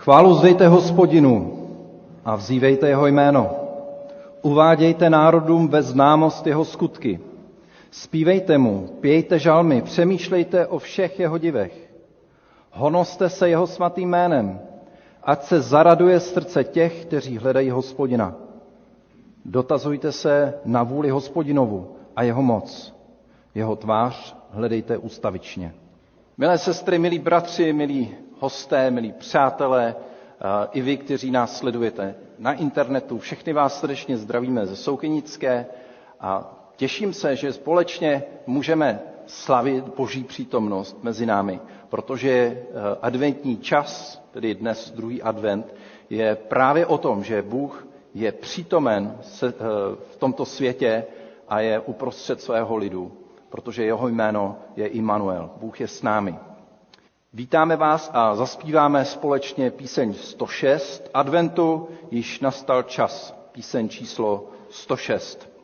Chválu vzdejte Hospodinu a vzývejte jeho jméno. Uvádějte národům ve známost jeho skutky. Zpívejte mu, pějte žalmy, přemýšlejte o všech jeho divech. Honoste se jeho svatým jménem, ať se zaraduje srdce těch, kteří hledají Hospodina. Dotazujte se na vůli Hospodinovu a jeho moc. Jeho tvář hledejte ustavičně. Milé sestry, milí bratři, milí hosté, milí přátelé, i vy, kteří nás sledujete na internetu, všechny vás srdečně zdravíme ze Soukenické a těším se, že společně můžeme slavit Boží přítomnost mezi námi, protože adventní čas, tedy dnes druhý advent, je právě o tom, že Bůh je přítomen v tomto světě a je uprostřed svého lidu, protože jeho jméno je Immanuel. Bůh je s námi. Vítáme vás a zaspíváme společně píseň 106 adventu, již nastal čas, píseň číslo 106.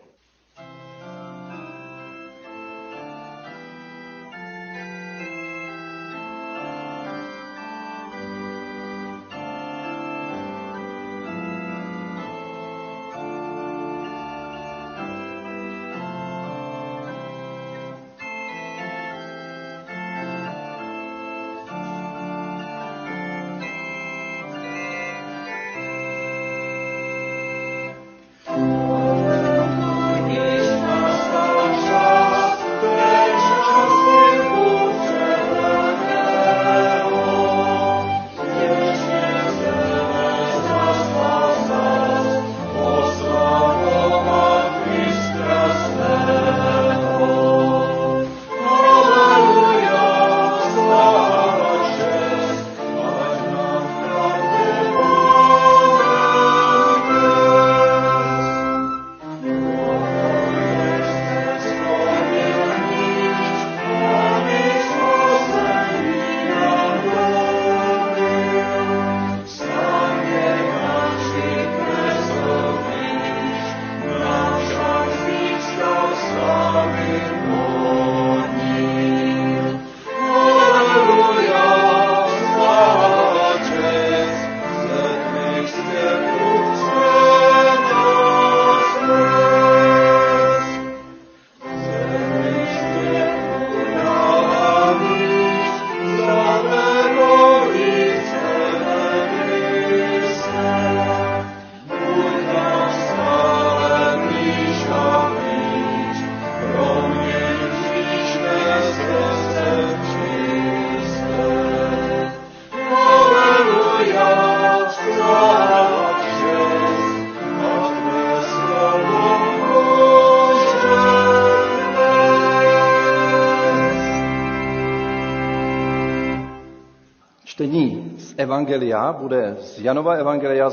Čtení z Evangelia bude z Janova Evangelia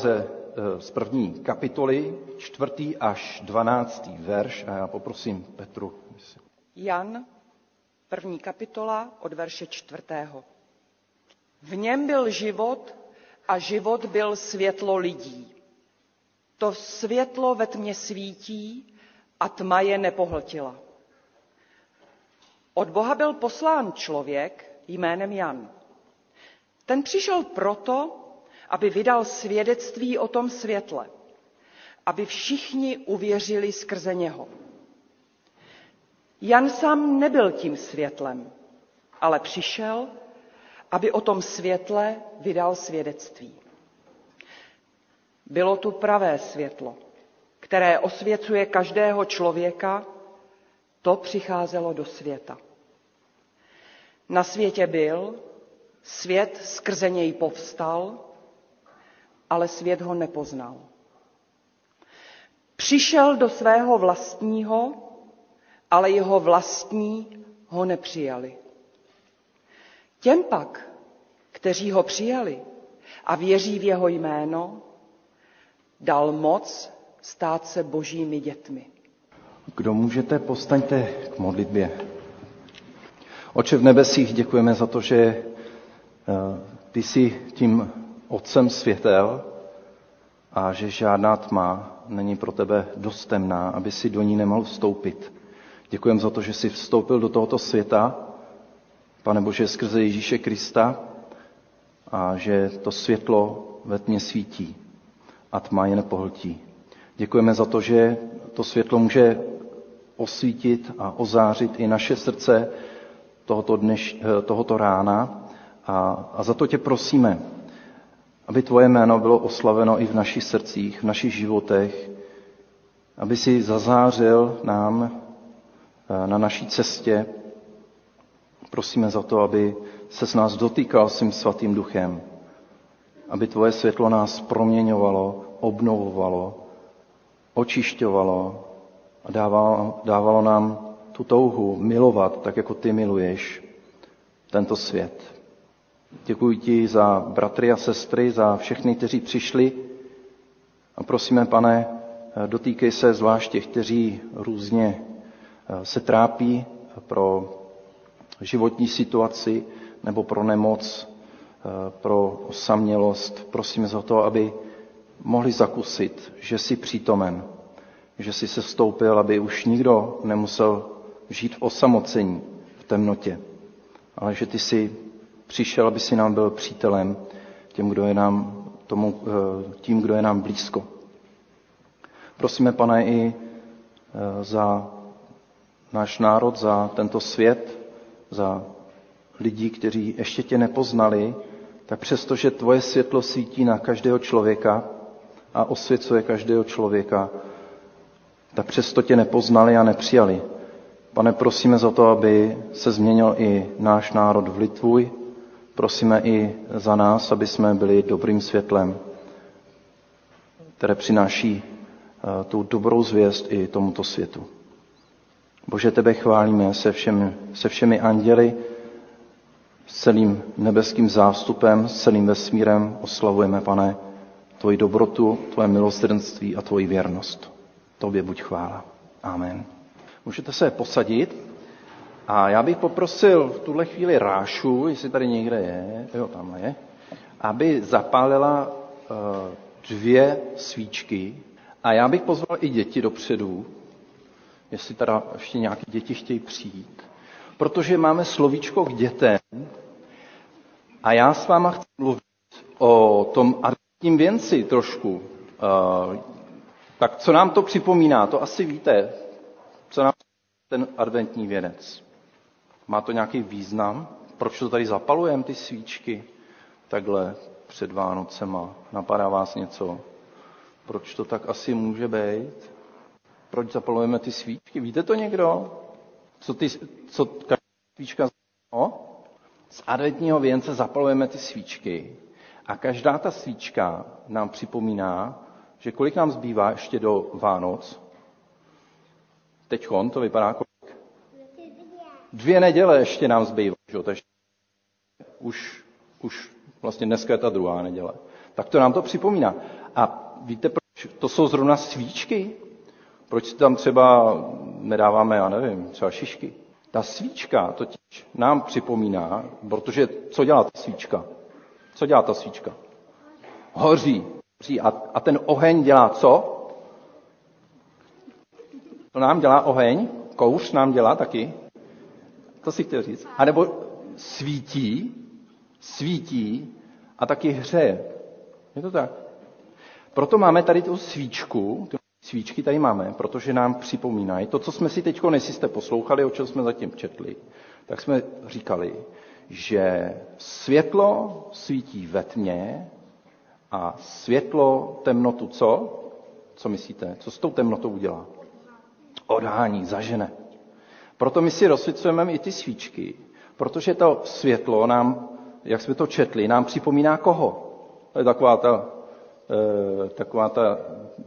z první kapitoly, 4. až 12. verš. A já poprosím Petru. Jan, první kapitola od verše 4. V něm byl život a život byl světlo lidí. To světlo ve tmě svítí a tma je nepohltila. Od Boha byl poslán člověk jménem Jan. Ten přišel proto, aby vydal svědectví o tom světle, aby všichni uvěřili skrze něho. Jan sám nebyl tím světlem, ale přišel, aby o tom světle vydal svědectví. Bylo tu pravé světlo, které osvěcuje každého člověka, to přicházelo do světa. Na světě byl, svět skrze něj povstal, ale svět ho nepoznal. Přišel do svého vlastního, ale jeho vlastní ho nepřijali. Těm pak, kteří ho přijali a věří v jeho jméno, dal moc stát se božími dětmi. Kdo můžete, povstaňte k modlitbě. Otče v nebesích, děkujeme za to, že ty jsi tím otcem světel a že žádná tma není pro tebe dost temná, aby si do ní nemohl vstoupit. Děkujeme za to, že jsi vstoupil do tohoto světa, Pane Bože, skrze Ježíše Krista, a že to světlo ve tmě svítí a tma je nepohltí. Děkujeme za to, že to světlo může osvítit a ozářit i naše srdce tohoto rána a za to tě prosíme, aby tvoje jméno bylo oslaveno i v našich srdcích, v našich životech, aby si zazářil nám na naší cestě. Prosíme za to, aby ses nás dotýkal svým svatým duchem, aby tvoje světlo nás proměňovalo, obnovovalo, očišťovalo a dávalo nám tu touhu milovat, tak jako ty miluješ tento svět. Děkuji ti za bratry a sestry, za všechny, kteří přišli a prosíme, Pane, dotýkej se zvlášť těch, kteří různě se trápí pro životní situaci nebo pro nemoc, pro osamělost. Prosíme za to, aby mohli zakusit, že jsi přítomen, že jsi se vstoupil, aby už nikdo nemusel žít v osamocení, v temnotě, ale že ty jsi přišel, aby si nám byl přítelem, tím, kdo je nám blízko. Prosíme, Pane, i za náš národ, za tento svět, za lidi, kteří ještě tě nepoznali, tak přesto, že tvoje světlo svítí na každého člověka a osvěcuje každého člověka, tak přesto tě nepoznali a nepřijali. Pane, prosíme za to, aby se změnil i náš národ v lid tvůj. Prosíme i za nás, aby jsme byli dobrým světlem, které přináší tu dobrou zvěst i tomuto světu. Bože, tebe chválíme se všemi anděli, s celým nebeským zástupem, s celým vesmírem oslavujeme, Pane, tvoji dobrotu, tvoje milosrdenství a tvoji věrnost. Tobě buď chvála. Amen. Můžete se posadit a já bych poprosil v tuhle chvíli Rášu, jestli tady někde je, tamhle je, aby zapálila 2 svíčky a já bych pozval i děti dopředu, jestli teda ještě nějaké děti chtějí přijít, protože máme slovíčko k dětem a já s váma chci mluvit o tom adventním věnci trošku. Tak co nám to připomíná? To asi víte, co nám ten adventní věnec. Má to nějaký význam? Proč to tady zapalujeme, ty svíčky? Takhle před Vánocema. Napadá vás něco? Proč to tak asi může být? Proč zapalujeme ty svíčky? Víte to někdo? Co každá svíčka znamená? Z adventního věnce zapalujeme ty svíčky a každá ta svíčka nám připomíná, že kolik nám zbývá ještě do Vánoc. Teďkon to vypadá kolik? 2 neděle ještě nám zbývá, takže už vlastně dneska je ta 2. neděle. Tak to nám to připomíná. A víte, proč to jsou zrovna svíčky? Proč si tam třeba nedáváme, já nevím, třeba šišky? Ta svíčka totiž nám připomíná, protože co dělá ta svíčka? Co dělá ta svíčka? Hoří. A ten oheň dělá co? To nám dělá oheň, kouř nám dělá taky. To si chtěl říct. A nebo svítí a taky hřeje. Je to tak? Proto máme tady tu svíčku, svíčky tady máme, protože nám připomínají to, co jsme si teďko, jestli jste poslouchali, o čem jsme zatím četli, tak jsme říkali, že světlo svítí ve tmě a světlo temnotu co? Co myslíte? Co s tou temnotou udělá? Odhání, zažene. Proto my si rozsvícujeme i ty svíčky, protože to světlo nám, jak jsme to četli, nám připomíná koho? To je taková ta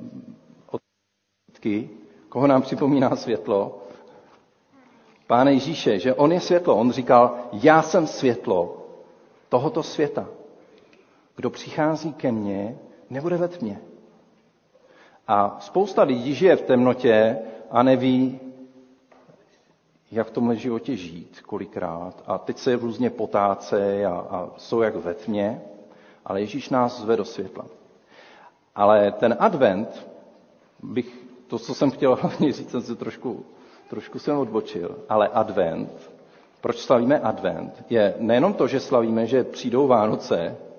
odky, koho nám připomíná světlo? Pána Ježíše, že on je světlo. On říkal, já jsem světlo tohoto světa. Kdo přichází ke mně, nebude ve tmě. A spousta lidí žije v temnotě a neví, jak v tomhle životě žít kolikrát. A teď se různě potácejí a jsou jak ve tmě, ale Ježíš nás zve do světla. Ale ten advent, to, co jsem chtěl hlavně říct, jsem se trošku jsem odbočil, ale advent, proč slavíme advent, je nejenom to, že slavíme, že přijdou Vánoce,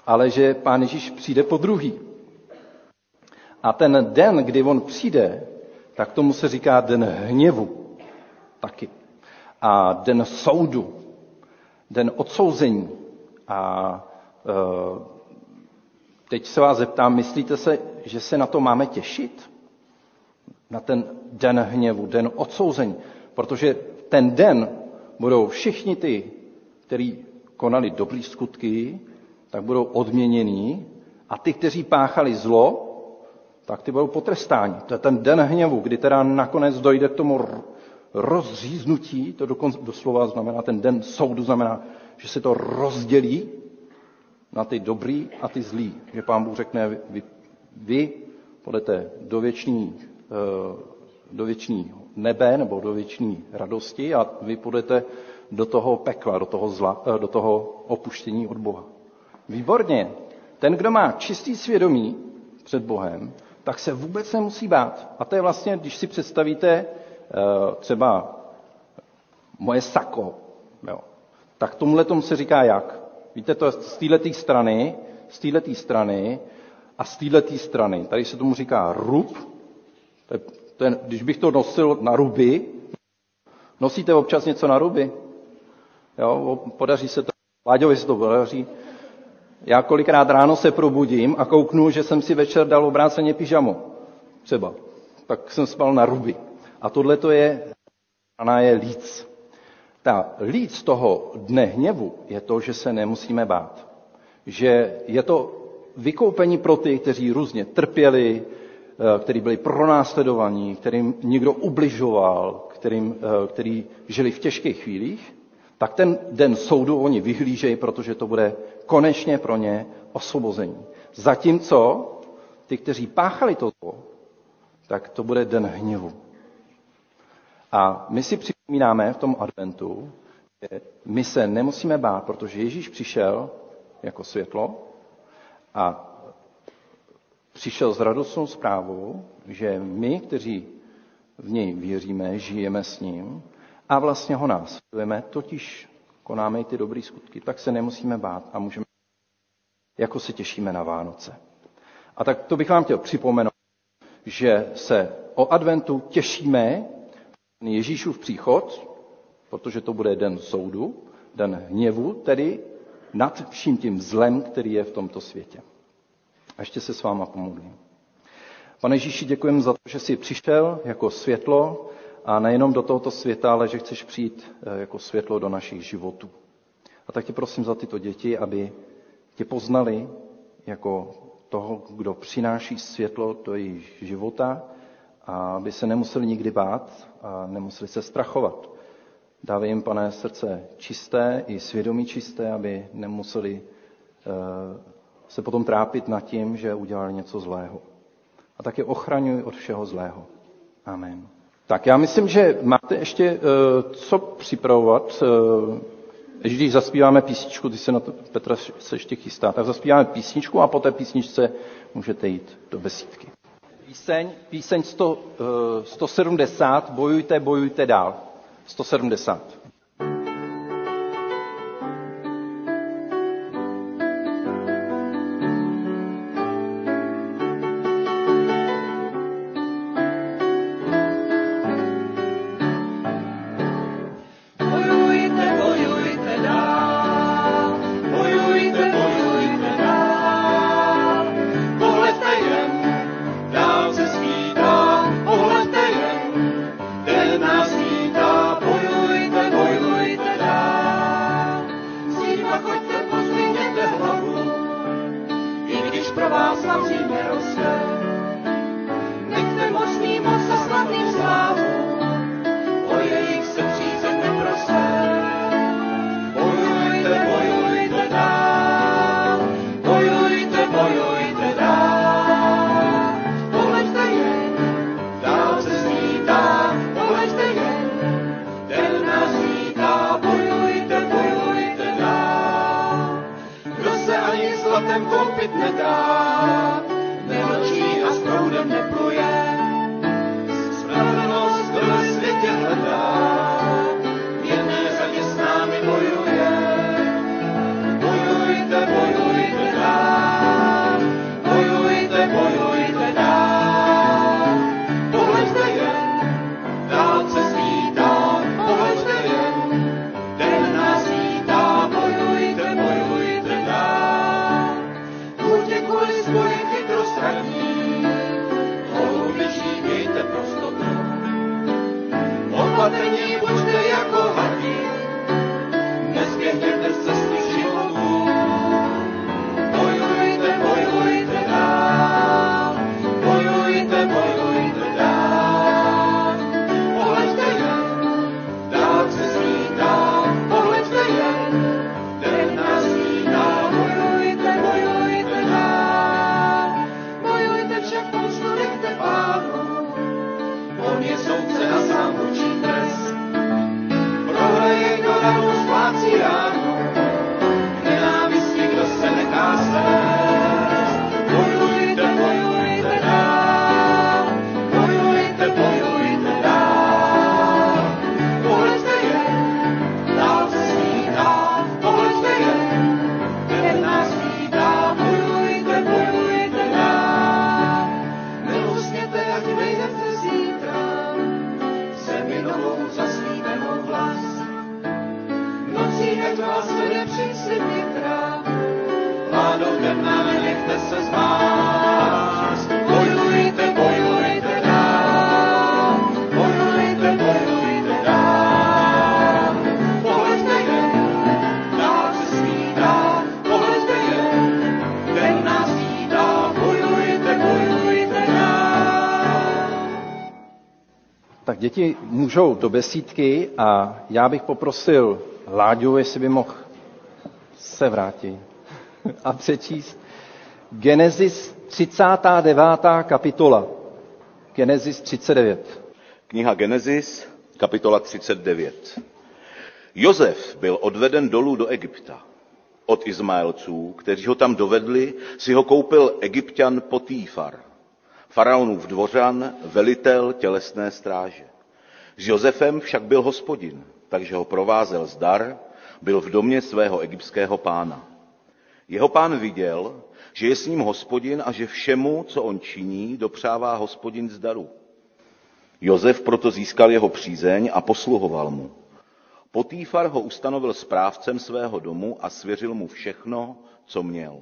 ale že Pán Ježíš přijde podruhý. A ten den, kdy on přijde, tak tomu se říká den hněvu taky. A den soudu, den odsouzení. A teď se vás zeptám, myslíte se, že se na to máme těšit? Na ten den hněvu, den odsouzení. Protože ten den budou všichni ty, kteří konali dobrý skutky, tak budou odměnění a ty, kteří páchali zlo, tak ty budou potrestáni. To je ten den hněvu, kdy teda nakonec dojde k tomu rozříznutí, to doslova znamená, ten den soudu znamená, že se to rozdělí na ty dobrý a ty zlí. Že Pán Bůh řekne, vy půjdete do věčního nebe nebo do věčné radosti a vy půjdete do toho pekla, do toho zla, do toho opuštění od Boha. Výborně. Ten, kdo má čistý svědomí před Bohem, tak se vůbec nemusí bát. A to je vlastně, když si představíte třeba moje sako, jo, tak tomuhle tomu se říká jak? Víte, to je z této strany a z této strany. Tady se tomu říká rub. To je, když bych to nosil na ruby, nosíte občas něco na ruby? Jo, podaří se to. Láďovi se to podaří. Já kolikrát ráno se probudím a kouknu, že jsem si večer dal obráceně pyžamo. Třeba. Tak jsem spal na ruby. A tohle to je líc. Ta líc toho dne hněvu je to, že se nemusíme bát. Že je to vykoupení pro ty, kteří různě trpěli, kteří byli pronásledovaní, kterým někdo ubližoval, který žili v těžkých chvílích, tak ten den soudu oni vyhlížejí, protože to bude konečně pro ně osvobození. Zatímco ty, kteří páchali toto, tak to bude den hněvu. A my si připomínáme v tom adventu, že my se nemusíme bát, protože Ježíš přišel jako světlo a přišel s radostnou zprávou, že my, kteří v něj věříme, žijeme s ním a vlastně ho následujeme, totiž konáme i ty dobré skutky, tak se nemusíme bát a můžeme, jako se těšíme na Vánoce. A tak to bych vám chtěl připomenout, že se o adventu těšíme Ježíšův příchod, protože to bude den soudu, den hněvu, tedy nad vším tím zlem, který je v tomto světě. A ještě se s váma pomodlím. Pane Ježíši, děkujeme za to, že jsi přišel jako světlo a nejenom do tohoto světa, ale že chceš přijít jako světlo do našich životů. A tak tě prosím za tyto děti, aby tě poznali jako toho, kdo přináší světlo do jejich života a aby se nemuseli nikdy bát a nemuseli se strachovat. Dávej jim, Pane, srdce čisté i svědomí čisté, aby nemuseli se potom trápit nad tím, že udělali něco zlého. A taky ochraňuj od všeho zlého. Amen. Tak já myslím, že máte ještě co připravovat. Když zaspíváme písničku, ty se na to, Petra se ještě chystá, tak zaspíváme písničku a po té písničce můžete jít do besídky. Píseň 170, bojujte dál. 170. Bojujte, dál. před námi, nechte se zmást. Bojujte, bojujte dál, bojujte, bojujte dál. Pohleďte jen, dál se smítá, pohleďte jen, ten nás vítá, bojujte, bojujte dál. Tak děti můžou do besídky a já bych poprosil Láďu, jestli by mohl se vrátit a přečíst Genesis 39. kapitola. Genesis 39. Kniha Genesis, kapitola 39. Josef byl odveden dolů do Egypta. Od Izmaelců, kteří ho tam dovedli, si ho koupil Egypťan Potýfar, faraonův dvořan, velitel tělesné stráže. S Josefem však byl Hospodin, takže ho provázel zdar, byl v domě svého egyptského pána. Jeho pán viděl, že je s ním Hospodin a že všemu, co on činí, dopřává Hospodin zdaru. Josef proto získal jeho přízeň a posluhoval mu. Potýfar ho ustanovil správcem svého domu a svěřil mu všechno, co měl.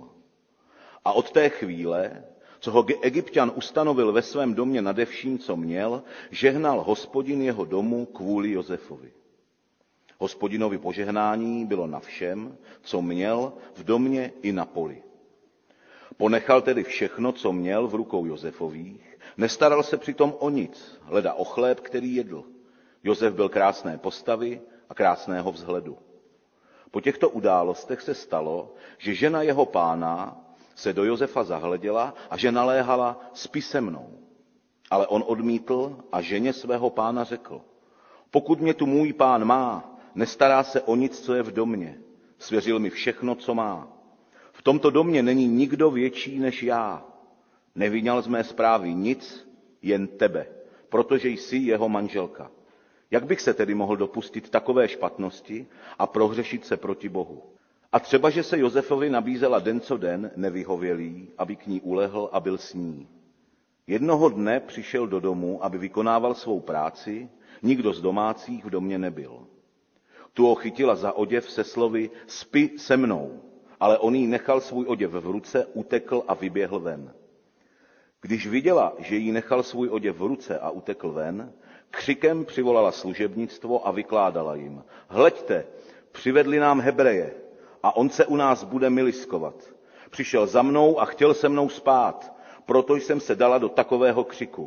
A od té chvíle, co ho Egypťan ustanovil ve svém domě nade vším, co měl, žehnal Hospodin jeho domu kvůli Josefovi. Hospodinovi požehnání bylo na všem, co měl v domě i na poli. Ponechal tedy všechno, co měl v rukou Josefových, nestaral se přitom o nic, leda o chléb, který jedl. Josef byl krásné postavy a krásného vzhledu. Po těchto událostech se stalo, že žena jeho pána se do Josefa zahleděla a že naléhala: spi se mnou. Ale on odmítl a ženě svého pána řekl: pokud mě tu můj pán má, nestará se o nic, co je v domě. Svěřil mi všechno, co má. V tomto domě není nikdo větší než já. Nevyňal z mé správy nic, jen tebe, protože jsi jeho manželka. Jak bych se tedy mohl dopustit takové špatnosti a prohřešit se proti Bohu? A třeba, že se Josefovi nabízela den co den nevyhovělý, aby k ní ulehl a byl s ní. Jednoho dne přišel do domu, aby vykonával svou práci, nikdo z domácích v domě nebyl. Tu ho chytila za oděv se slovy: spi se mnou, ale on jí nechal svůj oděv v ruce, utekl a vyběhl ven. Když viděla, že jí nechal svůj oděv v ruce a utekl ven, křikem přivolala služebnictvo a vykládala jim: hleďte, přivedli nám Hebreje a on se u nás bude miliskovat. Přišel za mnou a chtěl se mnou spát, proto jsem se dala do takového křiku.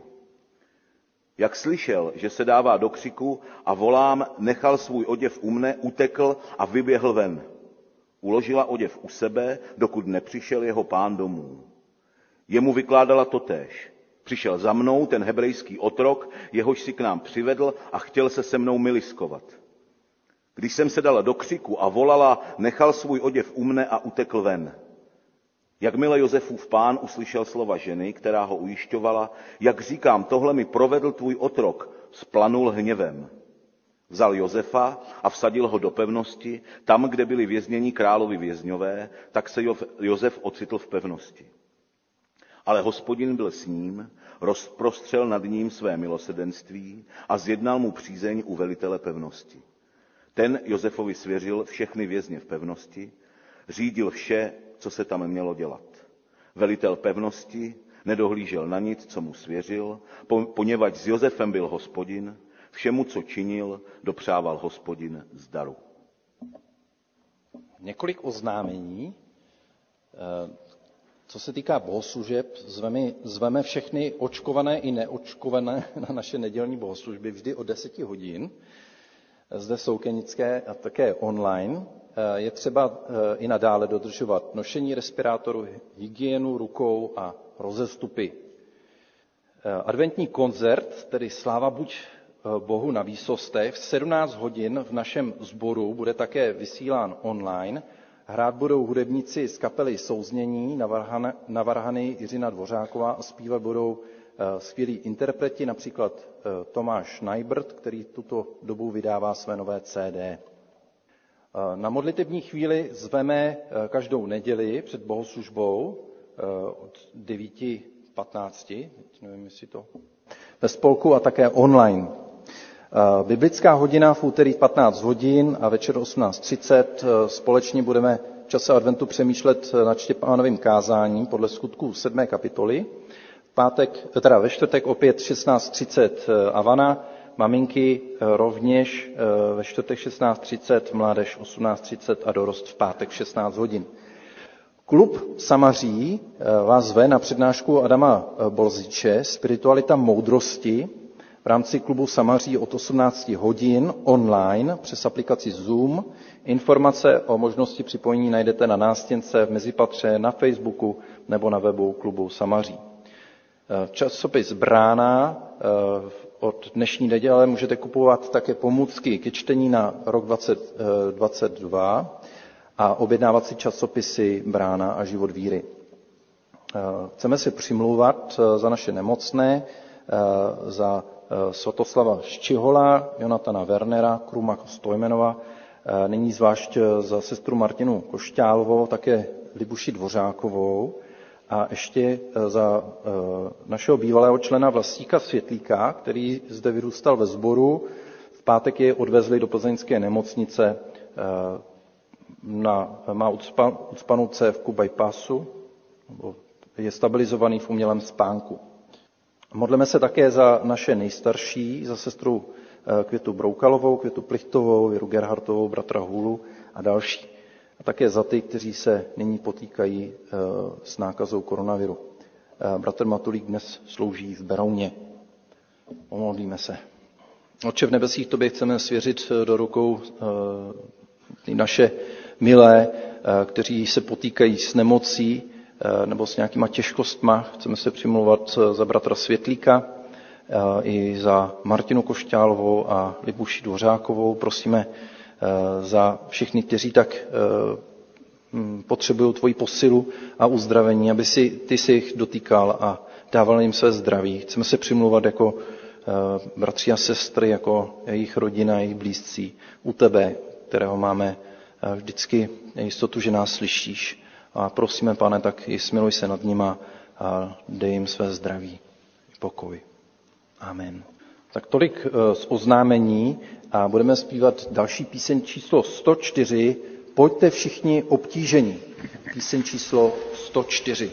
Jak slyšel, že se dává do křiku a volám, nechal svůj oděv u mne, utekl a vyběhl ven. Uložila oděv u sebe, dokud nepřišel jeho pán domů. Jemu vykládala totéž. Přišel za mnou ten hebrejský otrok, jehož si k nám přivedl a chtěl se mnou miliskovat. Když jsem se dala do křiku a volala, nechal svůj oděv u mne a utekl ven. Jakmile Josefův pán uslyšel slova ženy, která ho ujišťovala, jak říkám, tohle mi provedl tvůj otrok, splanul hněvem. Vzal Josefa a vsadil ho do pevnosti, tam, kde byli vězněni královi vězňové, tak se Josef ocitl v pevnosti. Ale Hospodin byl s ním, rozprostřel nad ním své milosedenství a zjednal mu přízeň u velitele pevnosti. Ten Josefovi svěřil všechny vězně v pevnosti, řídil vše, co se tam mělo dělat. Velitel pevnosti nedohlížel na nic, co mu svěřil, poněvadž s Josefem byl Hospodin, všemu, co činil, dopřával Hospodin zdaru. Několik oznámení. Co se týká bohoslužeb, zveme všechny očkované i neočkované na naše nedělní bohoslužby vždy od 10 hodin. Zde v Soukenické a také online. Je třeba i nadále dodržovat nošení respirátoru, hygienu rukou a rozestupy. Adventní koncert, tedy Sláva buď Bohu na výsostech, v 17 hodin v našem sboru bude také vysílán online. Hrát budou hudebníci z kapely Souznění na varhany Jiřina Dvořáková a zpívat budou skvělí interpreti, například Tomáš Najbrt, který tuto dobu vydává své nové CD. Na modlitební chvíli zveme každou neděli před bohoslužbou od 9:15, nevím, jestli to ve spolku a také online. Biblická hodina v úterý 15 hodin a večer 18:30 společně budeme v čase adventu přemýšlet nad Štěpánovým kázáním podle Skutků 7. kapitoly. Ve čtvrtek opět 16:30 Avana, maminky rovněž ve čtvrtek 16:30, mládež 18:30 a dorost v pátek v 16 hodin. Klub Samaří vás zve na přednášku Adama Bolziče Spiritualita moudrosti v rámci klubu Samaří od 18 hodin online přes aplikaci Zoom. Informace o možnosti připojení najdete na nástěnce v Mezipatře, na Facebooku nebo na webu klubu Samaří. Časopis Brána od dnešní neděle můžete kupovat také pomůcky ke čtení na rok 2022 a objednávat si časopisy Brána a Život víry. Chceme se přimlouvat za naše nemocné, za Svatoslava Ščihola, Jonatana Wernera, Kruma Stojmenova, nyní zvlášť za sestru Martinu Košťálovou, také Libuši Dvořákovou a ještě za našeho bývalého člena Vlastíka Světlíka, který zde vyrůstal ve sboru. V pátek je odvezli do plzeňské nemocnice, má ucpanou cévku bypassu, je stabilizovaný v umělém spánku. Modleme se také za naše nejstarší, za sestru Květu Broukalovou, Květu Plichtovou, Věru Gerhartovou, bratra Hůlu a další. A také za ty, kteří se nyní potýkají s nákazou koronaviru. Bratr Matulík dnes slouží v Berouně. Pomodlíme se. Otče v nebesích, tobě chceme svěřit do rukou naše milé, kteří se potýkají s nemocí nebo s nějakýma těžkostma. Chceme se přimlouvat za bratra Světlíka i za Martinu Košťálovou a Libuši Dvořákovou. Prosíme za všechny, kteří tak potřebují tvoji posilu a uzdravení, aby ty si jich dotýkal a dával jim své zdraví. Chceme se přimlouvat jako bratři a sestry, jako jejich rodina, jejich blízcí u tebe, kterého máme vždycky jistotu, že nás slyšíš. A prosíme, Pane, tak i smiluj se nad nima a dej jim své zdraví, pokoj. Amen. Tak tolik z oznámení a budeme zpívat další píseň číslo 104. Pojďte všichni obtížení. Píseň číslo 104.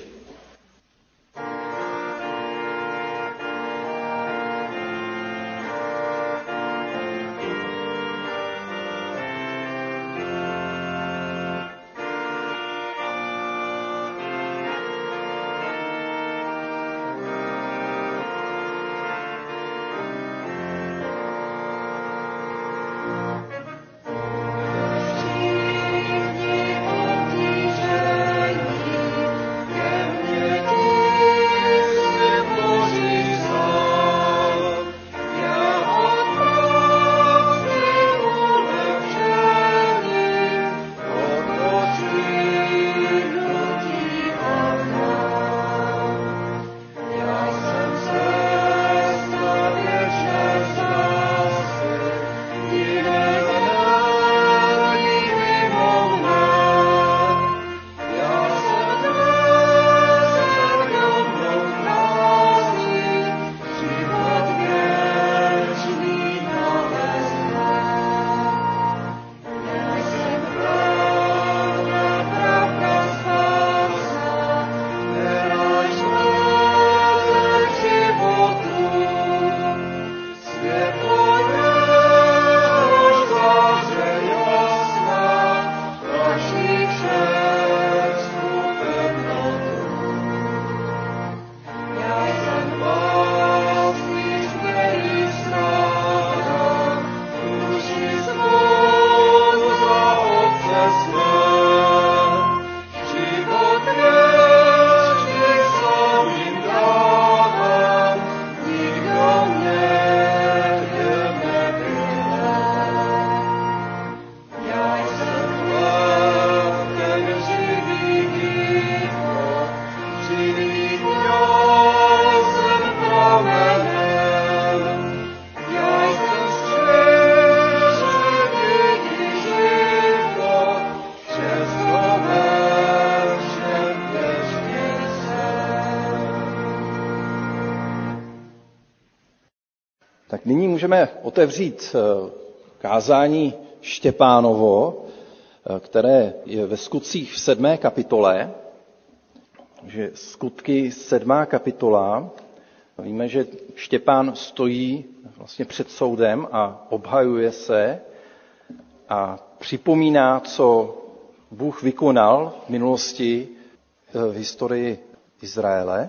Tak nyní můžeme otevřít kázání Štěpánovo které je ve Skutcích v 7. kapitole, že Skutky 7. kapitola, víme, že Štěpán stojí vlastně před soudem a obhajuje se a připomíná, co Bůh vykonal v minulosti v historii Izraele.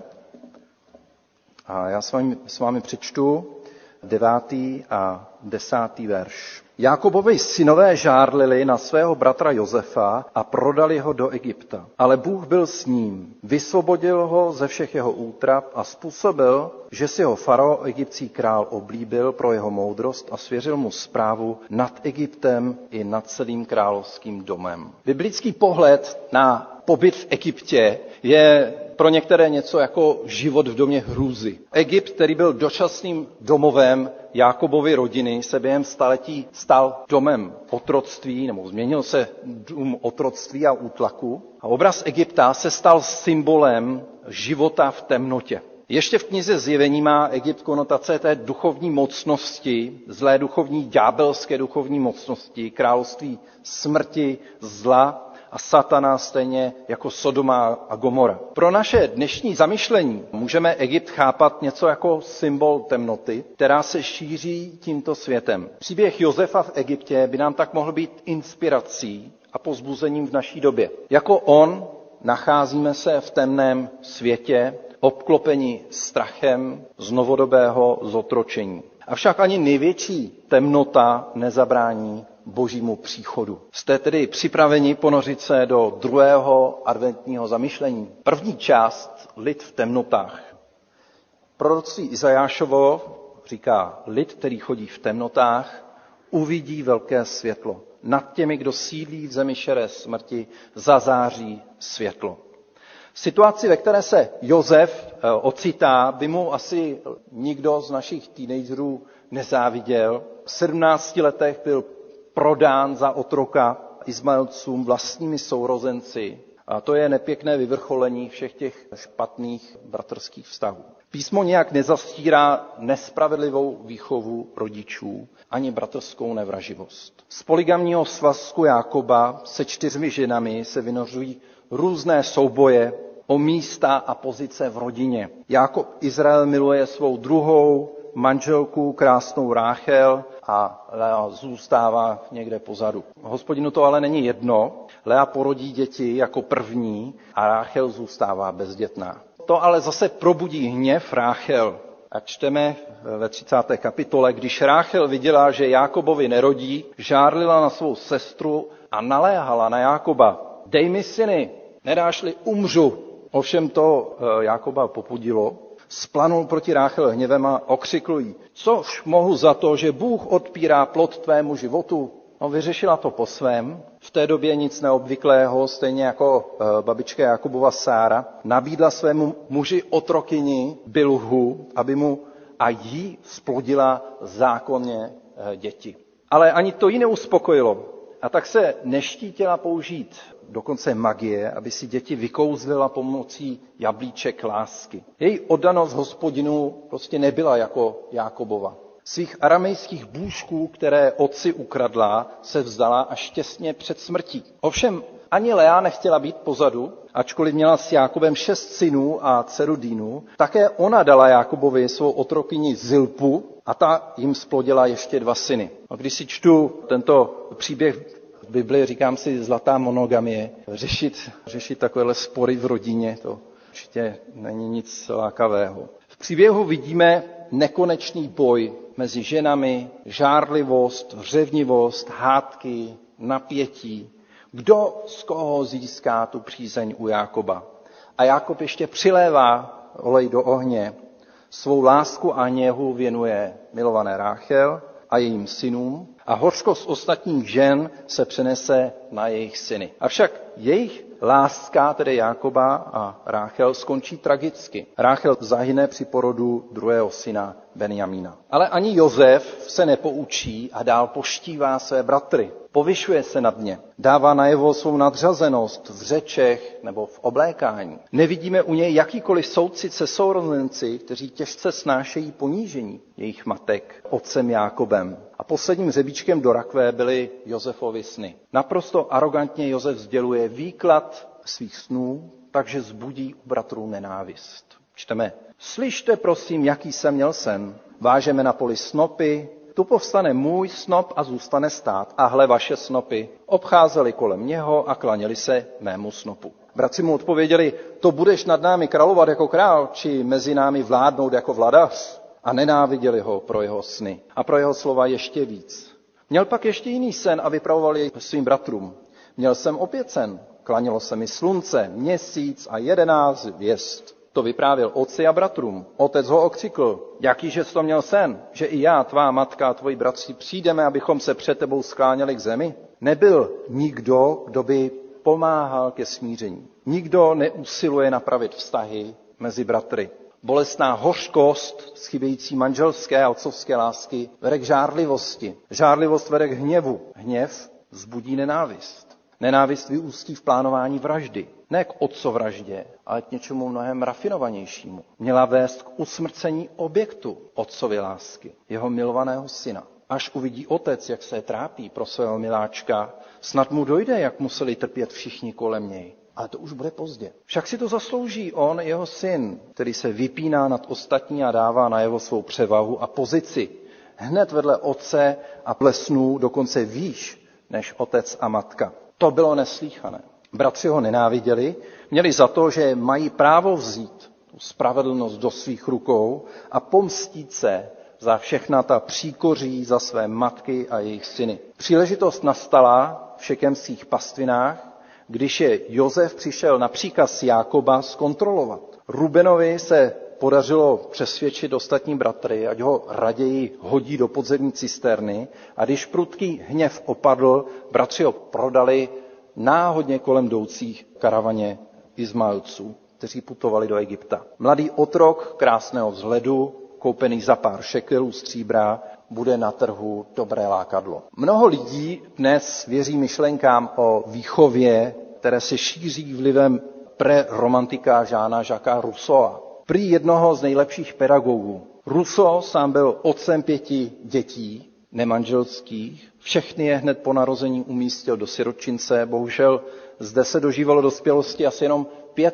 A já s vámi přečtu 9. a 10. verš. Jákobovi synové žárlili na svého bratra Josefa a prodali ho do Egypta. Ale Bůh byl s ním, vysvobodil ho ze všech jeho útrap a způsobil, že si ho farao, egyptský král, oblíbil pro jeho moudrost a svěřil mu správu nad Egyptem i nad celým královským domem. Biblický pohled na pobyt v Egyptě je pro některé něco jako život v domě hrůzy. Egypt, který byl dočasným domovem Jákobovy rodiny, se během staletí stal domem otroctví, nebo změnil se dům otroctví a útlaku. A obraz Egypta se stal symbolem života v temnotě. Ještě v knize Zjevení má Egypt konotace té duchovní mocnosti, zlé duchovní, ďábelské duchovní mocnosti, království smrti, zla a satana, stejně jako Sodoma a Gomora. Pro naše dnešní zamyšlení můžeme Egypt chápat něco jako symbol temnoty, která se šíří tímto světem. Příběh Josefa v Egyptě by nám tak mohl být inspirací a povzbuzením v naší době. Jako on nacházíme se v temném světě, obklopeni strachem z novodobého zotročení. Avšak ani největší temnota nezabrání Božímu příchodu. Jste tedy připraveni ponořit se do druhého adventního zamyšlení. První část, lid v temnotách. Proroctví Izajášovo říká, lid, který chodí v temnotách, uvidí velké světlo. Nad těmi, kdo sídlí v zemi šeré smrti, zazáří světlo. Situaci, ve které se Josef ocitá, by mu asi nikdo z našich teenagerů nezáviděl. V 17 letech byl prodán za otroka Izmaelcům vlastními sourozenci. A to je nepěkné vyvrcholení všech těch špatných bratrských vztahů. Písmo nějak nezastírá nespravedlivou výchovu rodičů ani bratrskou nevraživost. Z polygamního svazku Jákoba se 4 ženami se vynořují různé souboje o místa a pozice v rodině. Jákob Izrael miluje svou druhou manželku, krásnou Ráchel, a Lea zůstává někde pozadu. Hospodinu to ale není jedno. Lea porodí děti jako první a Ráchel zůstává bezdětná. To ale zase probudí hněv Ráchel. A čteme ve 30. kapitole, když Ráchel viděla, že Jákobovi nerodí, žárlila na svou sestru a naléhala na Jákoba. Dej mi syny, nedáš-li, umřu. Ovšem to Jákoba popudilo. Splanul proti Ráchel hněvem a okřikl jí. Což mohu za to, že Bůh odpírá plod tvému životu? No, vyřešila to po svém. V té době nic neobvyklého, stejně jako babička Jakobova Sára, nabídla svému muži otrokyni Bilhu, aby mu a jí splodila zákonně děti. Ale ani to jí neuspokojilo. A tak se neštítila použít dokonce magie, aby si děti vykouzlila pomocí jablíček lásky. Její oddanost Hospodinu prostě nebyla jako Jákobova. Svých aramejských bůžků, které otci ukradla, se vzdala až těsně před smrtí. Ovšem ani Lea nechtěla být pozadu, ačkoliv měla s Jákobem 6 synů a dceru Dínu, také ona dala Jákobovi svou otrokyni Zilpu a ta jim splodila ještě 2 syny. A když si čtu tento příběh v Bibli, říkám si, zlatá monogamie, řešit takovéhle spory v rodině, to určitě není nic lákavého. V příběhu vidíme nekonečný boj mezi ženami, žárlivost, řevnivost, hádky, napětí. Kdo z koho získá tu přízeň u Jákoba? A Jákob ještě přilévá olej do ohně. Svou lásku a něhu věnuje milované Ráchel a jejím synům a hořkost ostatních žen se přenese na jejich syny. Avšak jejich láska, tedy Jákoba a Ráchel, skončí tragicky. Ráchel zahyne při porodu druhého syna Benjamína. Ale ani Josef se nepoučí a dál poštívá své bratry. Povyšuje se nad ně. Dává najevo svou nadřazenost v řečech nebo v oblékání. Nevidíme u něj jakýkoliv soucit se sourozenci, kteří těžce snášejí ponížení jejich matek otcem Jákobem. A posledním hřebíčkem do rakve byly Josefovy sny. Naprosto proto arogantně Josef sděluje výklad svých snů, takže zbudí u bratrů nenávist. Čteme: Slyšte prosím, jaký jsem měl sen. Vážeme na poli snopy, tu povstane můj snop a zůstane stát. A hle, vaše snopy obcházeli kolem něho a klaněli se mému snopu. Bratři mu odpověděli: to budeš nad námi královat jako král, či mezi námi vládnout jako vladař? A nenáviděli ho pro jeho sny a pro jeho slova ještě víc. Měl pak ještě jiný sen a vypravoval jej svým bratrům. Měl jsem opět sen, klanělo se mi slunce, měsíc a 11 hvězd. To vyprávěl otci a bratrům. Otec ho okřikl: jakýže jsi to měl sen, že i já, tvá matka a tvoji bratři přijdeme, abychom se před tebou skláněli k zemi? Nebyl nikdo, kdo by pomáhal ke smíření. Nikdo neusiluje napravit vztahy mezi bratry. Bolestná hořkost z chybějící manželské a otcovské lásky vede k žárlivosti. Žárlivost vede k hněvu. Hněv vzbudí nenávist. Nenávist vyústí v plánování vraždy. Ne k otcovraždě, ale k něčemu mnohem rafinovanějšímu. Měla vést k usmrcení objektu otcovy lásky, jeho milovaného syna. Až uvidí otec, jak se trápí pro svého miláčka, snad mu dojde, jak museli trpět všichni kolem něj. Ale to už bude pozdě. Však si to zaslouží on, jeho syn, který se vypíná nad ostatní a dává najevo svou převahu a pozici. Hned vedle otce a plesnů dokonce výš než otec a matka. To bylo neslýchané. Bratři ho nenáviděli, měli za to, že mají právo vzít tu spravedlnost do svých rukou a pomstít se za všechna ta příkoří za své matky a jejich syny. Příležitost nastala v šekemských pastvinách, když je Josef přišel na příkaz Jákoba zkontrolovat. Rubenovi se podařilo přesvědčit ostatní bratry, ať ho raději hodí do podzemní cisterny, a když prudký hněv opadl, bratři ho prodali náhodně kolem jdoucích karavaně Izmaelců, kteří putovali do Egypta. Mladý otrok krásného vzhledu, koupený za pár šekelů stříbra, bude na trhu dobré lákadlo. Mnoho lidí dnes věří myšlenkám o výchově, které se šíří vlivem preromantika Jeana Jacquesa Rousseaua, prý jednoho z nejlepších pedagogů. Rousseau sám byl otcem 5 dětí, nemanželských, všechny je hned po narození umístil do sirotčince, bohužel zde se dožívalo dospělosti asi jenom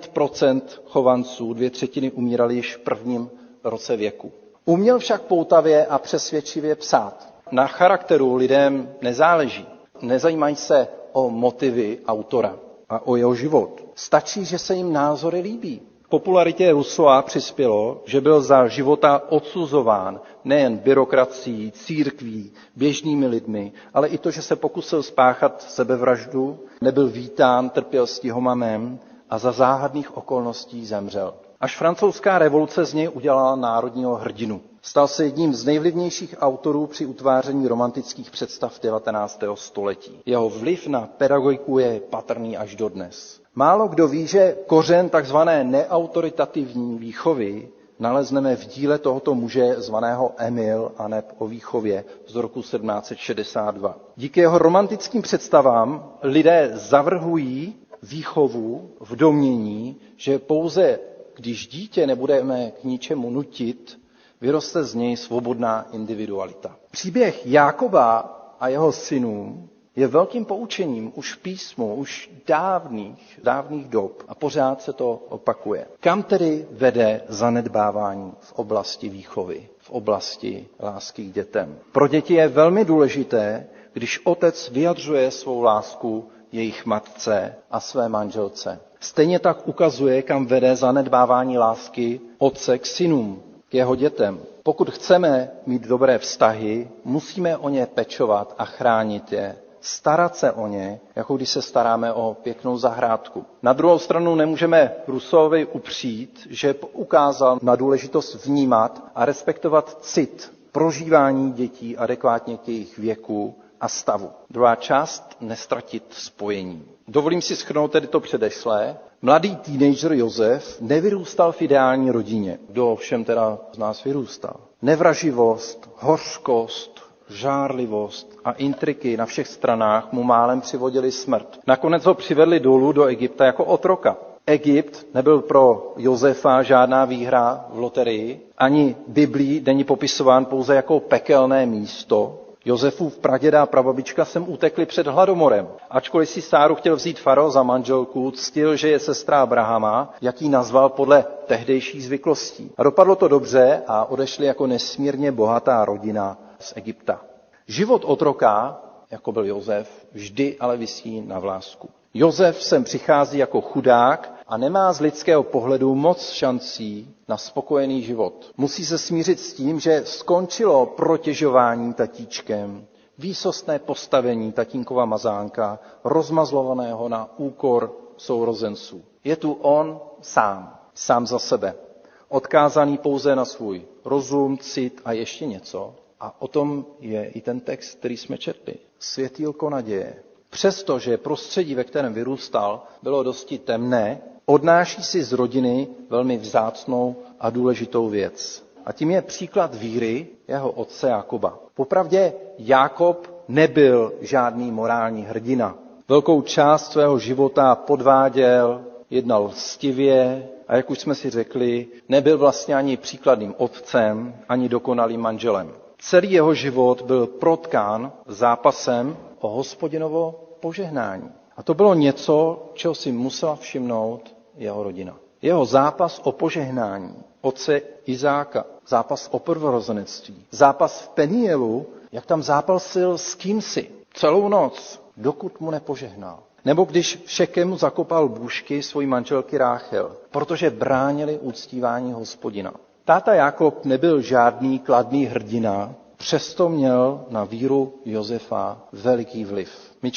5% chovanců, 2/3 umírali již v prvním roce věku. Uměl však poutavě a přesvědčivě psát. Na charakteru lidem nezáleží. Nezajímají se o motivy autora a o jeho život. Stačí, že se jim názory líbí. Popularitě Rousseaua přispělo, že byl za života odsuzován nejen byrokracií, církví, běžnými lidmi, ale i to, že se pokusil spáchat sebevraždu, nebyl vítán, trpěl stihomamem a za záhadných okolností zemřel. Až francouzská revoluce z něj udělala národního hrdinu. Stal se jedním z nejvlivnějších autorů při utváření romantických představ 19. století. Jeho vliv na pedagogiku je patrný až dodnes. Málo kdo ví, že kořen takzvané neautoritativní výchovy nalezneme v díle tohoto muže zvaného Emil aneb o výchově z roku 1762. Díky jeho romantickým představám lidé zavrhují výchovu v domnění, že pouze když dítě nebudeme k ničemu nutit, vyroste z něj svobodná individualita. Příběh Jákoba a jeho synů je velkým poučením už v písmu, už dávných dob a pořád se to opakuje. Kam tedy vede zanedbávání v oblasti výchovy, v oblasti lásky k dětem? Pro děti je velmi důležité, když otec vyjadřuje svou lásku jejich matce a své manželce. Stejně tak ukazuje, kam vede zanedbávání lásky otce k synům, k jeho dětem. Pokud chceme mít dobré vztahy, musíme o ně pečovat a chránit je. Starat se o ně, jako když se staráme o pěknou zahrádku. Na druhou stranu nemůžeme Rousseauovi upřít, že ukázal na důležitost vnímat a respektovat cit, prožívání dětí adekvátně k jejich věku a stavu. Druhá část, nestratit spojení. Dovolím si shrnout tedy to předešlé. Mladý teenager Josef nevyrůstal v ideální rodině. Kdo ovšem teda z nás vyrůstal? Nevraživost, hořkost, žárlivost a intriky na všech stranách mu málem přivodili smrt. Nakonec ho přivedli dolů do Egypta jako otroka. Egypt nebyl pro Josefa žádná výhra v loterii, ani Biblí není popisován pouze jako pekelné místo, Josefův praděda a prababička sem utekli před hladomorem. Ačkoliv si Sáru chtěl vzít farao za manželku, ctil, že je sestra Abrahama, jak ji nazval podle tehdejších zvyklostí. A dopadlo to dobře a odešli jako nesmírně bohatá rodina z Egypta. Život otroka, jako byl Josef, vždy ale visí na vlásku. Josef sem přichází jako chudák a nemá z lidského pohledu moc šancí na spokojený život. Musí se smířit s tím, že skončilo protěžování tatíčkem, výsostné postavení tatínkova mazánka, rozmazlovaného na úkor sourozenců. Je tu on sám za sebe, odkázaný pouze na svůj rozum, cit a ještě něco. A o tom je i ten text, který jsme četli. Světýlko naděje. Přestože prostředí, ve kterém vyrůstal, bylo dosti temné, odnáší si z rodiny velmi vzácnou a důležitou věc. A tím je příklad víry jeho otce Jákoba. Popravdě Jákob nebyl žádný morální hrdina. Velkou část svého života podváděl, jednal lstivě a jak už jsme si řekli, nebyl vlastně ani příkladným otcem, ani dokonalým manželem. Celý jeho život byl protkán zápasem o Hospodinovo požehnání. A to bylo něco, čeho si musela všimnout jeho rodina. Jeho zápas o požehnání otce Izáka, zápas o prvorozenectví, zápas v Penielu, jak tam zápasil s kýmsi celou noc, dokud mu nepožehnal. Nebo když v Šekemu zakopal bůžky svojí manželky Ráchel, protože bránili uctívání Hospodina. Táta Jákob nebyl žádný kladný hrdina, přesto měl na víru Josefa veliký vliv. My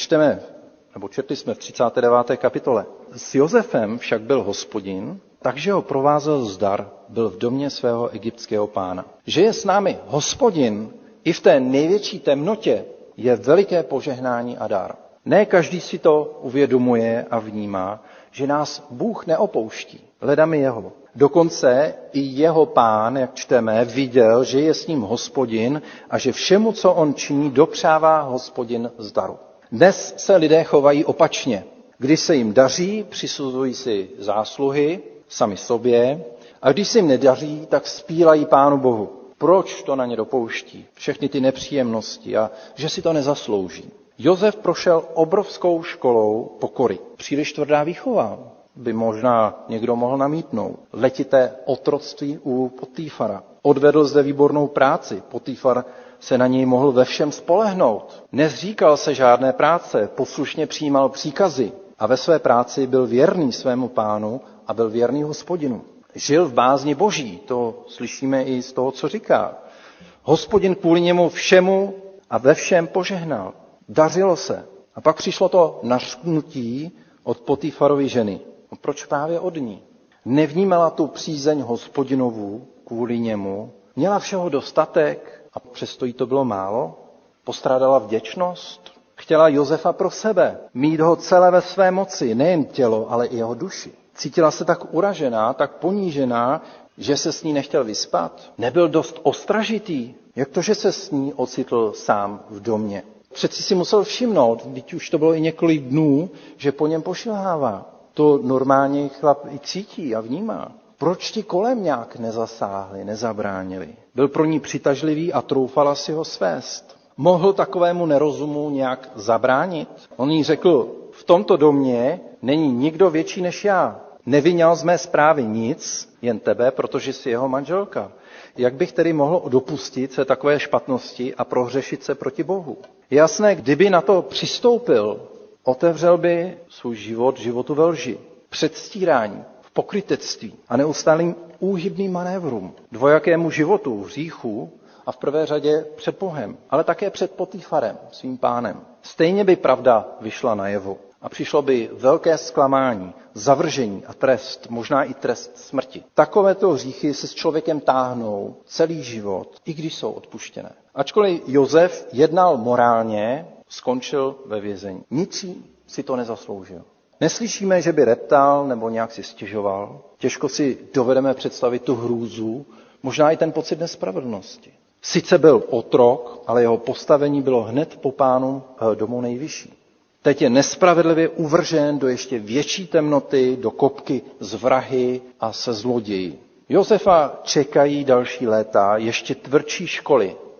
četli jsme v 39. kapitole. S Josefem však byl Hospodin, takže ho provázel zdar, byl v domě svého egyptského pána. Že je s námi Hospodin i v té největší temnotě, je veliké požehnání a dar. Ne každý si to uvědomuje a vnímá, že nás Bůh neopouští, hledami jeho. Dokonce i jeho pán, jak čteme, viděl, že je s ním Hospodin a že všemu, co on činí, dopřává Hospodin zdaru. Dnes se lidé chovají opačně. Když se jim daří, přisuzují si zásluhy sami sobě a když se jim nedaří, tak zpívají Pánu Bohu. Proč to na ně dopouští? Všechny ty nepříjemnosti a že si to nezaslouží. Josef prošel obrovskou školou pokory. Příliš tvrdá výchova, by možná někdo mohl namítnout. Letité otroctví u Potýfara. Odvedl zde výbornou práci. Potýfar se na něj mohl ve všem spolehnout. Nezříkal se žádné práce, poslušně přijímal příkazy a ve své práci byl věrný svému pánu a byl věrný Hospodinu. Žil v bázni Boží, to slyšíme i z toho, co říká. Hospodin kvůli němu všemu a ve všem požehnal. Dařilo se. A pak přišlo to nařknutí od Potýfarovy ženy. A proč právě od ní? Nevnímala tu přízeň Hospodinovu kvůli němu, měla všeho dostatek a přesto jí to bylo málo, postrádala vděčnost, chtěla Josefa pro sebe, mít ho celé ve své moci, nejen tělo, ale i jeho duši. Cítila se tak uražená, tak ponížená, že se s ní nechtěl vyspat. Nebyl dost ostražitý, jak to, že se s ní ocitl sám v domě. Přeci si musel všimnout, když už to bylo i několik dnů, že po něm pošilhává. To normálně chlap i cítí a vnímá. Proč ti kolem nějak nezasáhli, nezabránili? Byl pro ní přitažlivý a troufala si ho svést. Mohl takovému nerozumu nějak zabránit? On jí řekl, v tomto domě není nikdo větší než já. Neviněl z mé zprávy nic, jen tebe, protože jsi jeho manželka. Jak bych tedy mohl dopustit se takové špatnosti a prohřešit se proti Bohu? Je jasné, kdyby na to přistoupil, otevřel by svůj život životu ve lži, předstírání, v pokrytectví a neustálým úhybným manévrům, dvojakému životu, hříchu a v prvé řadě před Bohem, ale také před Potýfarem, svým pánem. Stejně by pravda vyšla najevo a přišlo by velké zklamání, zavržení a trest, možná i trest smrti. Takovéto hříchy se s člověkem táhnou celý život, i když jsou odpuštěné. Ačkoliv Josef jednal morálně, skončil ve vězení. Ničí si to nezasloužil. Neslyšíme, že by reptal nebo nějak si stěžoval. Těžko si dovedeme představit tu hrůzu, možná i ten pocit nespravedlnosti. Sice byl otrok, ale jeho postavení bylo hned po pánu domu nejvyšší. Teď je nespravedlivě uvržen do ještě větší temnoty, do kopky z vrahy a se zloději. Josefa čekají další léta, ještě tvrdší školy.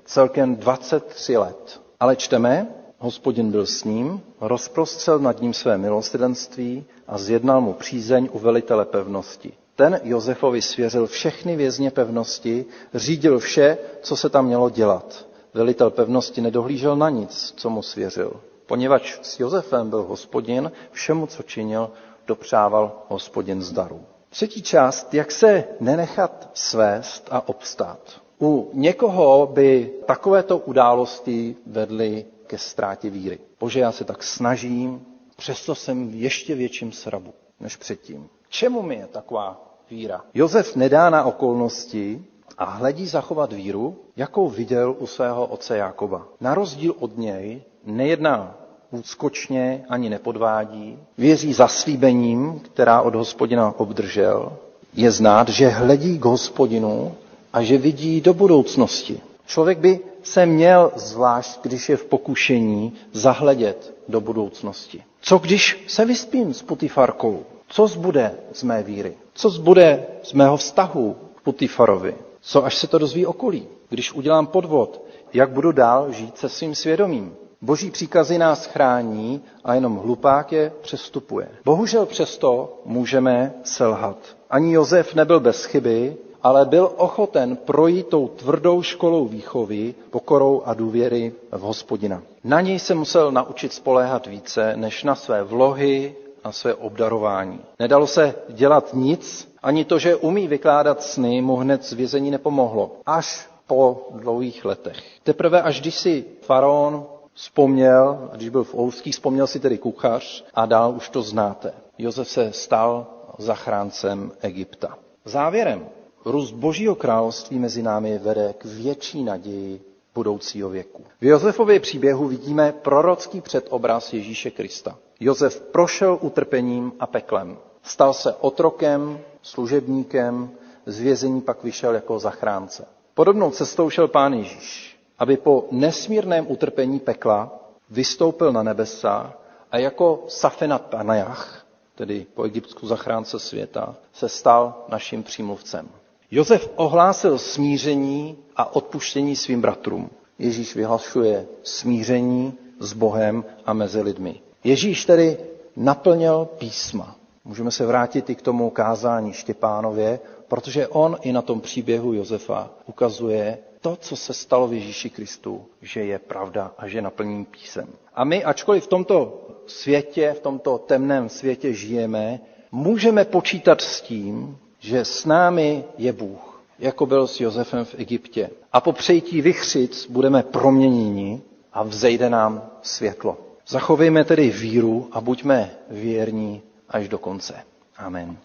celkem 23 let. Ale čteme, Hospodin byl s ním, rozprostřel nad ním své milosrdenství a zjednal mu přízeň u velitele pevnosti. Ten Josefovi svěřil všechny vězně pevnosti, řídil vše, co se tam mělo dělat. Velitel pevnosti nedohlížel na nic, co mu svěřil. Poněvadž s Josefem byl Hospodin, všemu, co činil, dopřával Hospodin zdaru. Třetí část, jak se nenechat svést a obstát. U někoho by takovéto události vedly ke ztrátě víry. Bože, já se tak snažím, přesto jsem v ještě větším srabu než předtím. Čemu mi je taková víra? Josef nedá na okolnosti a hledí zachovat víru, jakou viděl u svého otce Jákoba. Na rozdíl od něj nejedná úskočně ani nepodvádí, věří zaslíbením, která od Hospodina obdržel. Je znát, že hledí k Hospodinu a že vidí do budoucnosti. Člověk by se měl, zvlášť když je v pokušení, zahledět do budoucnosti. Co když se vyspím s Putifarkou? Co zbude z mé víry? Co zbude z mého vztahu k Putifarovi? Co až se to dozví okolí? Když udělám podvod, jak budu dál žít se svým svědomím? Boží příkazy nás chrání a jenom hlupák je přestupuje. Bohužel přesto můžeme selhat. Ani Josef nebyl bez chyby, ale byl ochoten projít tou tvrdou školou výchovy, pokorou a důvěry v Hospodina. Na něj se musel naučit spoléhat více, než na své vlohy a své obdarování. Nedalo se dělat nic, ani to, že umí vykládat sny, mu hned z vězení nepomohlo. Až po dlouhých letech. Teprve až když si faraon vzpomněl, když byl v Ouských, vzpomněl si tedy kuchař a dál už to znáte. Josef se stal zachráncem Egypta. Závěrem, růst Božího království mezi námi vede k větší naději budoucího věku. V Josefově příběhu vidíme prorocký předobraz Ježíše Krista. Josef prošel utrpením a peklem. Stal se otrokem, služebníkem, z vězení pak vyšel jako zachránce. Podobnou cestou šel Pán Ježíš, aby po nesmírném utrpení pekla vystoupil na nebesa a jako Safenat Panajach, tedy po egyptsku zachránce světa, se stal naším přímluvcem. Josef ohlásil smíření a odpuštění svým bratrům. Ježíš vyhlašuje smíření s Bohem a mezi lidmi. Ježíš tedy naplnil písma. Můžeme se vrátit i k tomu kázání Štěpánově, protože on i na tom příběhu Josefa ukazuje to, co se stalo v Ježíši Kristu, že je pravda a že je naplnění písem. A my, ačkoliv v tomto světě, v tomto temném světě žijeme, můžeme počítat s tím, že s námi je Bůh, jako byl s Josefem v Egyptě. A po přejítí vichřic budeme proměněni a vzejde nám světlo. Zachovejme tedy víru a buďme věrní až do konce. Amen.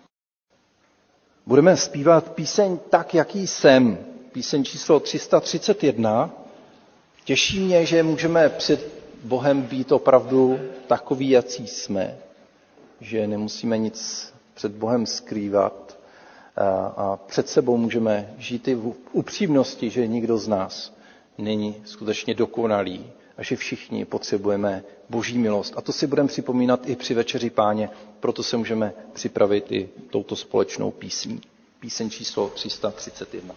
Budeme zpívat píseň Tak, jaký jsem. Píseň číslo 331. Těší mě, že můžeme před Bohem být opravdu takový, jací jsme. Že nemusíme nic před Bohem skrývat. A před sebou můžeme žít i v upřímnosti, že nikdo z nás není skutečně dokonalý a že všichni potřebujeme Boží milost. A to si budeme připomínat i při Večeři Páně, proto se můžeme připravit i touto společnou písní. Píseň číslo 331.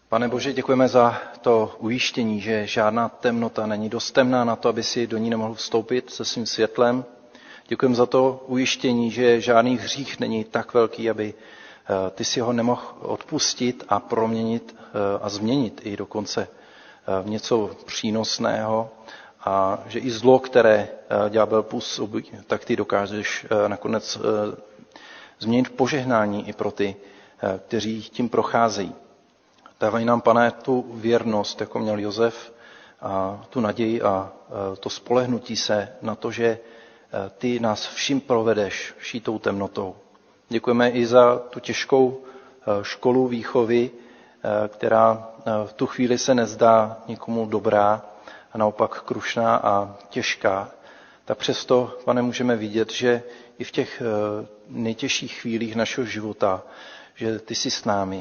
Pane Bože, děkujeme za to ujištění, že žádná temnota není dost temná na to, aby si do ní nemohl vstoupit se svým světlem. Děkujeme za to ujištění, že žádný hřích není tak velký, aby ty si ho nemohl odpustit a proměnit a změnit i dokonce v něco přínosného. A že i zlo, které ďábel působí, tak ty dokážeš nakonec změnit v požehnání i pro ty, kteří tím procházejí. Dávaj nám, Pane, tu věrnost, jako měl Josef, a tu naději a to spolehnutí se na to, že ty nás vším provedeš, vší tou temnotou. Děkujeme i za tu těžkou školu výchovy, která v tu chvíli se nezdá nikomu dobrá a naopak krušná a těžká. Tak přesto, Pane, můžeme vidět, že i v těch nejtěžších chvílích našeho života, že ty jsi s námi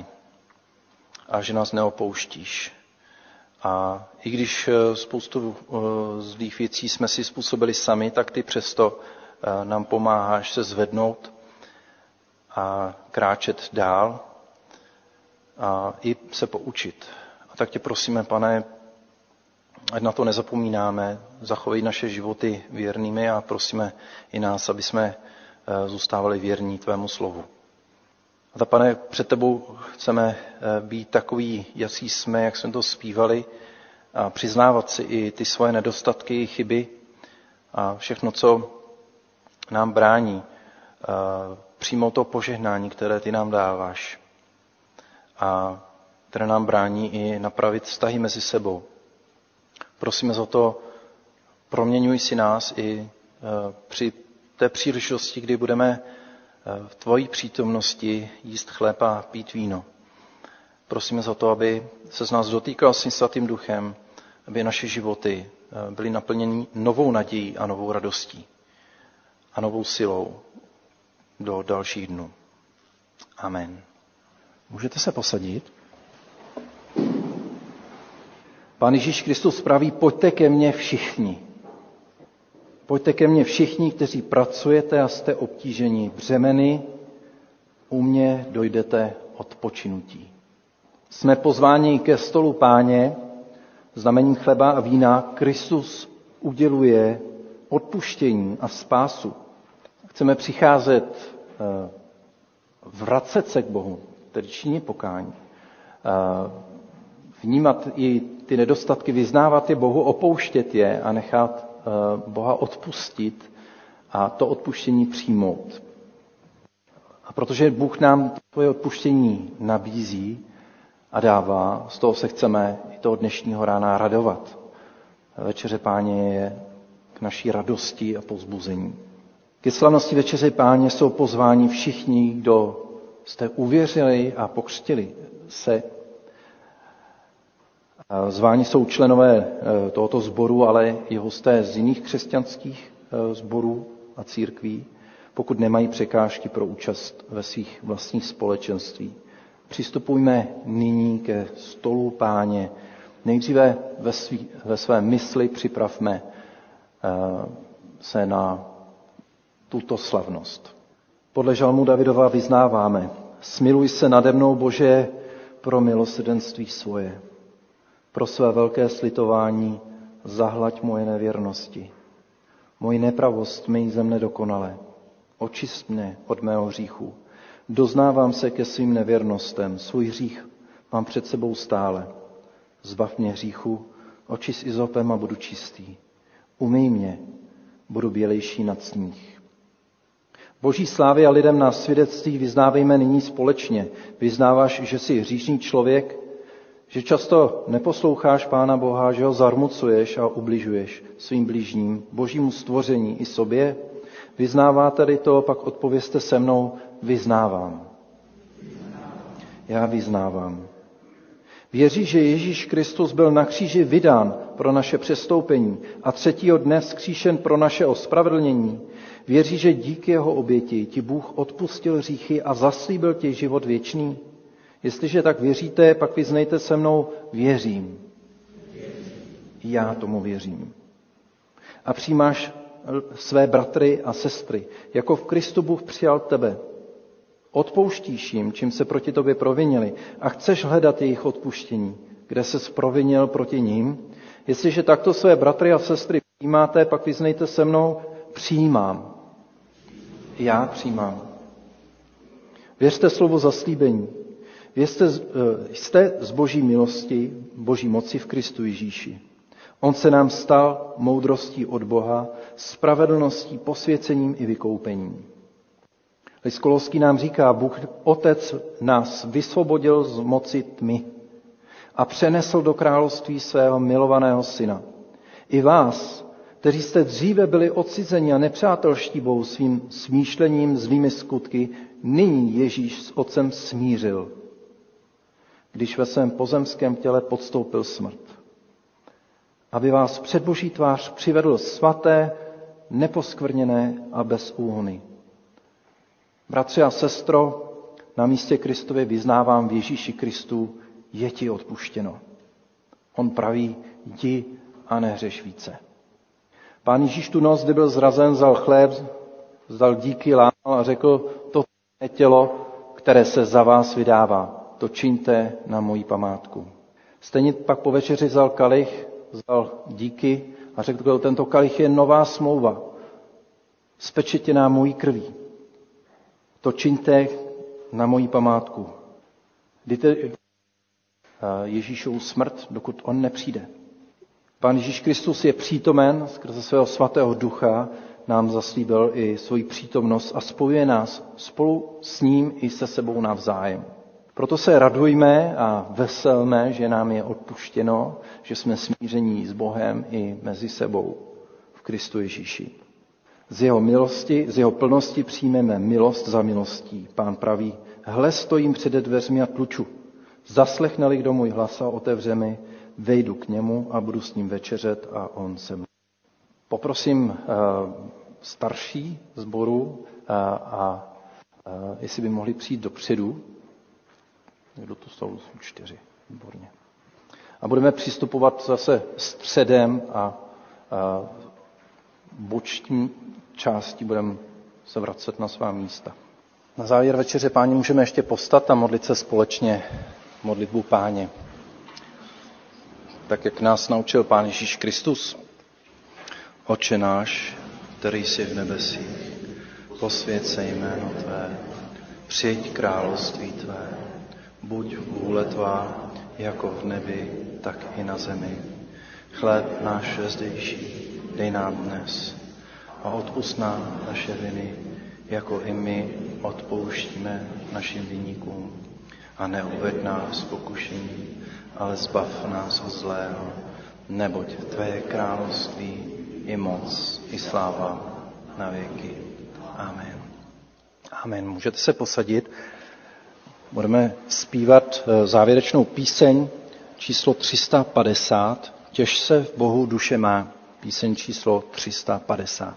a že nás neopouštíš. A i když spoustu zlých věcí jsme si způsobili sami, tak ty přesto nám pomáháš se zvednout a kráčet dál a i se poučit. A tak tě prosíme, Pane, ať na to nezapomínáme, zachovej naše životy věrnými a prosíme i nás, aby jsme zůstávali věrní tvému slovu. A tak, Pane, před tebou chceme být takový, jací jsme, jak jsme to zpívali, a přiznávat si i ty svoje nedostatky, chyby a všechno, co nám brání přijmout to požehnání, které ty nám dáváš a které nám brání i napravit vztahy mezi sebou. Prosíme za to, proměňuj si nás i při té příležitosti, kdy budeme v tvojí přítomnosti jíst chléb a pít víno. Prosíme za to, aby se z nás dotýkal svým svatým duchem, aby naše životy byly naplněny novou nadějí a novou radostí a novou silou do dalších dnů. Amen. Můžete se posadit? Pán Ježíš Kristus praví, pojďte ke mně všichni. Pojďte ke mně všichni, kteří pracujete a jste obtíženi břemeny, u mě dojdete odpočinutí. Jsme pozváni ke stolu Páně, znamením chleba a vína. Kristus uděluje odpuštění a spásu. Chceme přicházet, vracet se k Bohu, tedy činit pokání, vnímat i ty nedostatky, vyznávat je Bohu, opouštět je a nechat Boha odpustit a to odpuštění přijmout. A protože Bůh nám tvoje odpuštění nabízí a dává, z toho se chceme i toho dnešního rána radovat. Večeře Páně je k naší radosti a povzbuzení. Ke slavnosti Večeře Páně jsou pozváni všichni, kdo jste uvěřili a pokřtili se. Zváni jsou členové tohoto sboru, ale i hosté z jiných křesťanských sborů a církví, pokud nemají překážky pro účast ve svých vlastních společenství. Přistupujme nyní ke stolu Páně. Nejdříve ve své mysli připravme se na tuto slavnost. Podle žalmu Davidova vyznáváme: smiluj se nade mnou, Bože, pro milosrdenství svoje. Pro své velké slitování zahlaď moje nevěrnosti. Moji nepravost myj ze mne dokonale. Očist mne od mého hříchu. Doznávám se ke svým nevěrnostem. Svůj hřích mám před sebou stále. Zbav mě hříchu, očist izopem a budu čistý. Umyj mě, budu bělejší nad sníh. Boží slávy a lidem na svědectví vyznávejme nyní společně. Vyznáváš, že jsi hříšný člověk, že často neposloucháš Pána Boha, že ho zarmucuješ a ubližuješ svým blížním, Božímu stvoření i sobě? Vyznává tady to, pak odpovězte se mnou: vyznávám. Já vyznávám. Věříš, že Ježíš Kristus byl na kříži vydán pro naše přestoupení a třetího dne vzkříšen pro naše ospravedlnění? Věříš, že díky jeho oběti ti Bůh odpustil hříchy a zaslíbil ti život věčný? Jestliže tak věříte, pak vyznejte se mnou: věřím. Já tomu věřím. A přijímáš své bratry a sestry, jako v Kristu Bůh přijal tebe. odpouštíš jim, čím se proti tobě provinili a chceš hledat jejich odpuštění, kde ses provinil proti ním. Jestliže takto své bratry a sestry přijímáte, pak vyznejte se mnou, přijímám. Já přijímám. Věřte slovu zaslíbení. Jste z Boží milosti, Boží moci v Kristu Ježíši. On se nám stal moudrostí od Boha, spravedlností, posvěcením i vykoupením. List Kolosský nám říká, Bůh Otec nás vysvobodil z moci tmy a přenesl do království svého milovaného syna. I vás, kteří jste dříve byli odcizeni a nepřátelští Bohu svým smýšlením, zlými skutky, nyní Ježíš s Otcem smířil, když ve svém pozemském těle podstoupil smrt. Aby vás před Boží tvář přivedl svaté, neposkvrněné a bez úhony. Bratři a sestro, na místě Kristově vyznávám v Ježíši Kristu, je ti odpuštěno. On praví, jdi a nehřeš více. Pán Ježíš tu noc, kdy byl zrazen, vzal chléb, vzdal díky, lámal a řekl, to je tělo, které se za vás vydává. To čiňte na moji památku. Stejně pak po večeři vzal kalich, vzal díky a řekl, tento kalich je nová smlouva, spečetěná mojí krví. To čiňte na moji památku. Dejte Ježíšovu smrt, dokud on nepřijde. Pán Ježíš Kristus je přítomen, skrze svého svatého ducha nám zaslíbil i svoji přítomnost a spojuje nás spolu s ním i se sebou navzájem. Proto se radujme a veselme, že nám je odpuštěno, že jsme smíření s Bohem i mezi sebou v Kristu Ježíši. Z jeho milosti, z jeho plnosti přijmeme milost za milostí. Pán praví, hle, stojím před dveřmi a tluču. Zaslechne-li kdo můj hlas a otevře mi, vejdu k němu a budu s ním večeřet a on se mnou. Poprosím starší sboru a jestli by mohli přijít dopředu. Kdo tu jsou? 4. Výborně. A budeme přistupovat zase středem a boční části budeme se vracet na svá místa. Na závěr večeře, Páni, můžeme ještě povstat a modlit se společně modlitbu Páně. Tak, jak nás naučil Pán Ježíš Kristus. Otče náš, který jsi v nebesích, posvěť se jméno tvé, přijď království tvé, buď vůle tvá, jako v nebi, tak i na zemi. Chléb náš zdejší dej nám dnes a odpusť nám naše viny, jako i my odpouštíme našim viníkům. A neuveď nás v pokušení, ale zbav nás od zlého, neboť tvé je království, i moc, i sláva na věky. Amen. Amen. Můžete se posadit. Budeme zpívat závěrečnou píseň číslo 350. Těš se v Bohu duše má. Píseň číslo 350.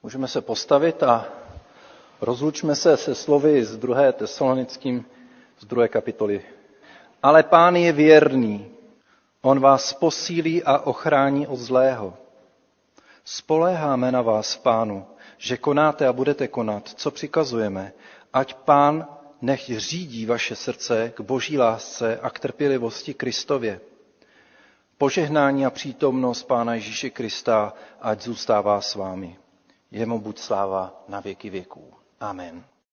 Můžeme se postavit a rozlučme se se slovy z 2. Tesalonickým, z 2. kapitoly. Ale Pán je věrný, on vás posílí a ochrání od zlého. Spoléháme na vás, Pánu, že konáte a budete konat, co přikazujeme, ať Pán nechť řídí vaše srdce k boží lásce a k trpělivosti Kristově. Požehnání a přítomnost Pána Ježíše Krista ať zůstává s vámi. Jemu buď sláva na věky věků. Amen.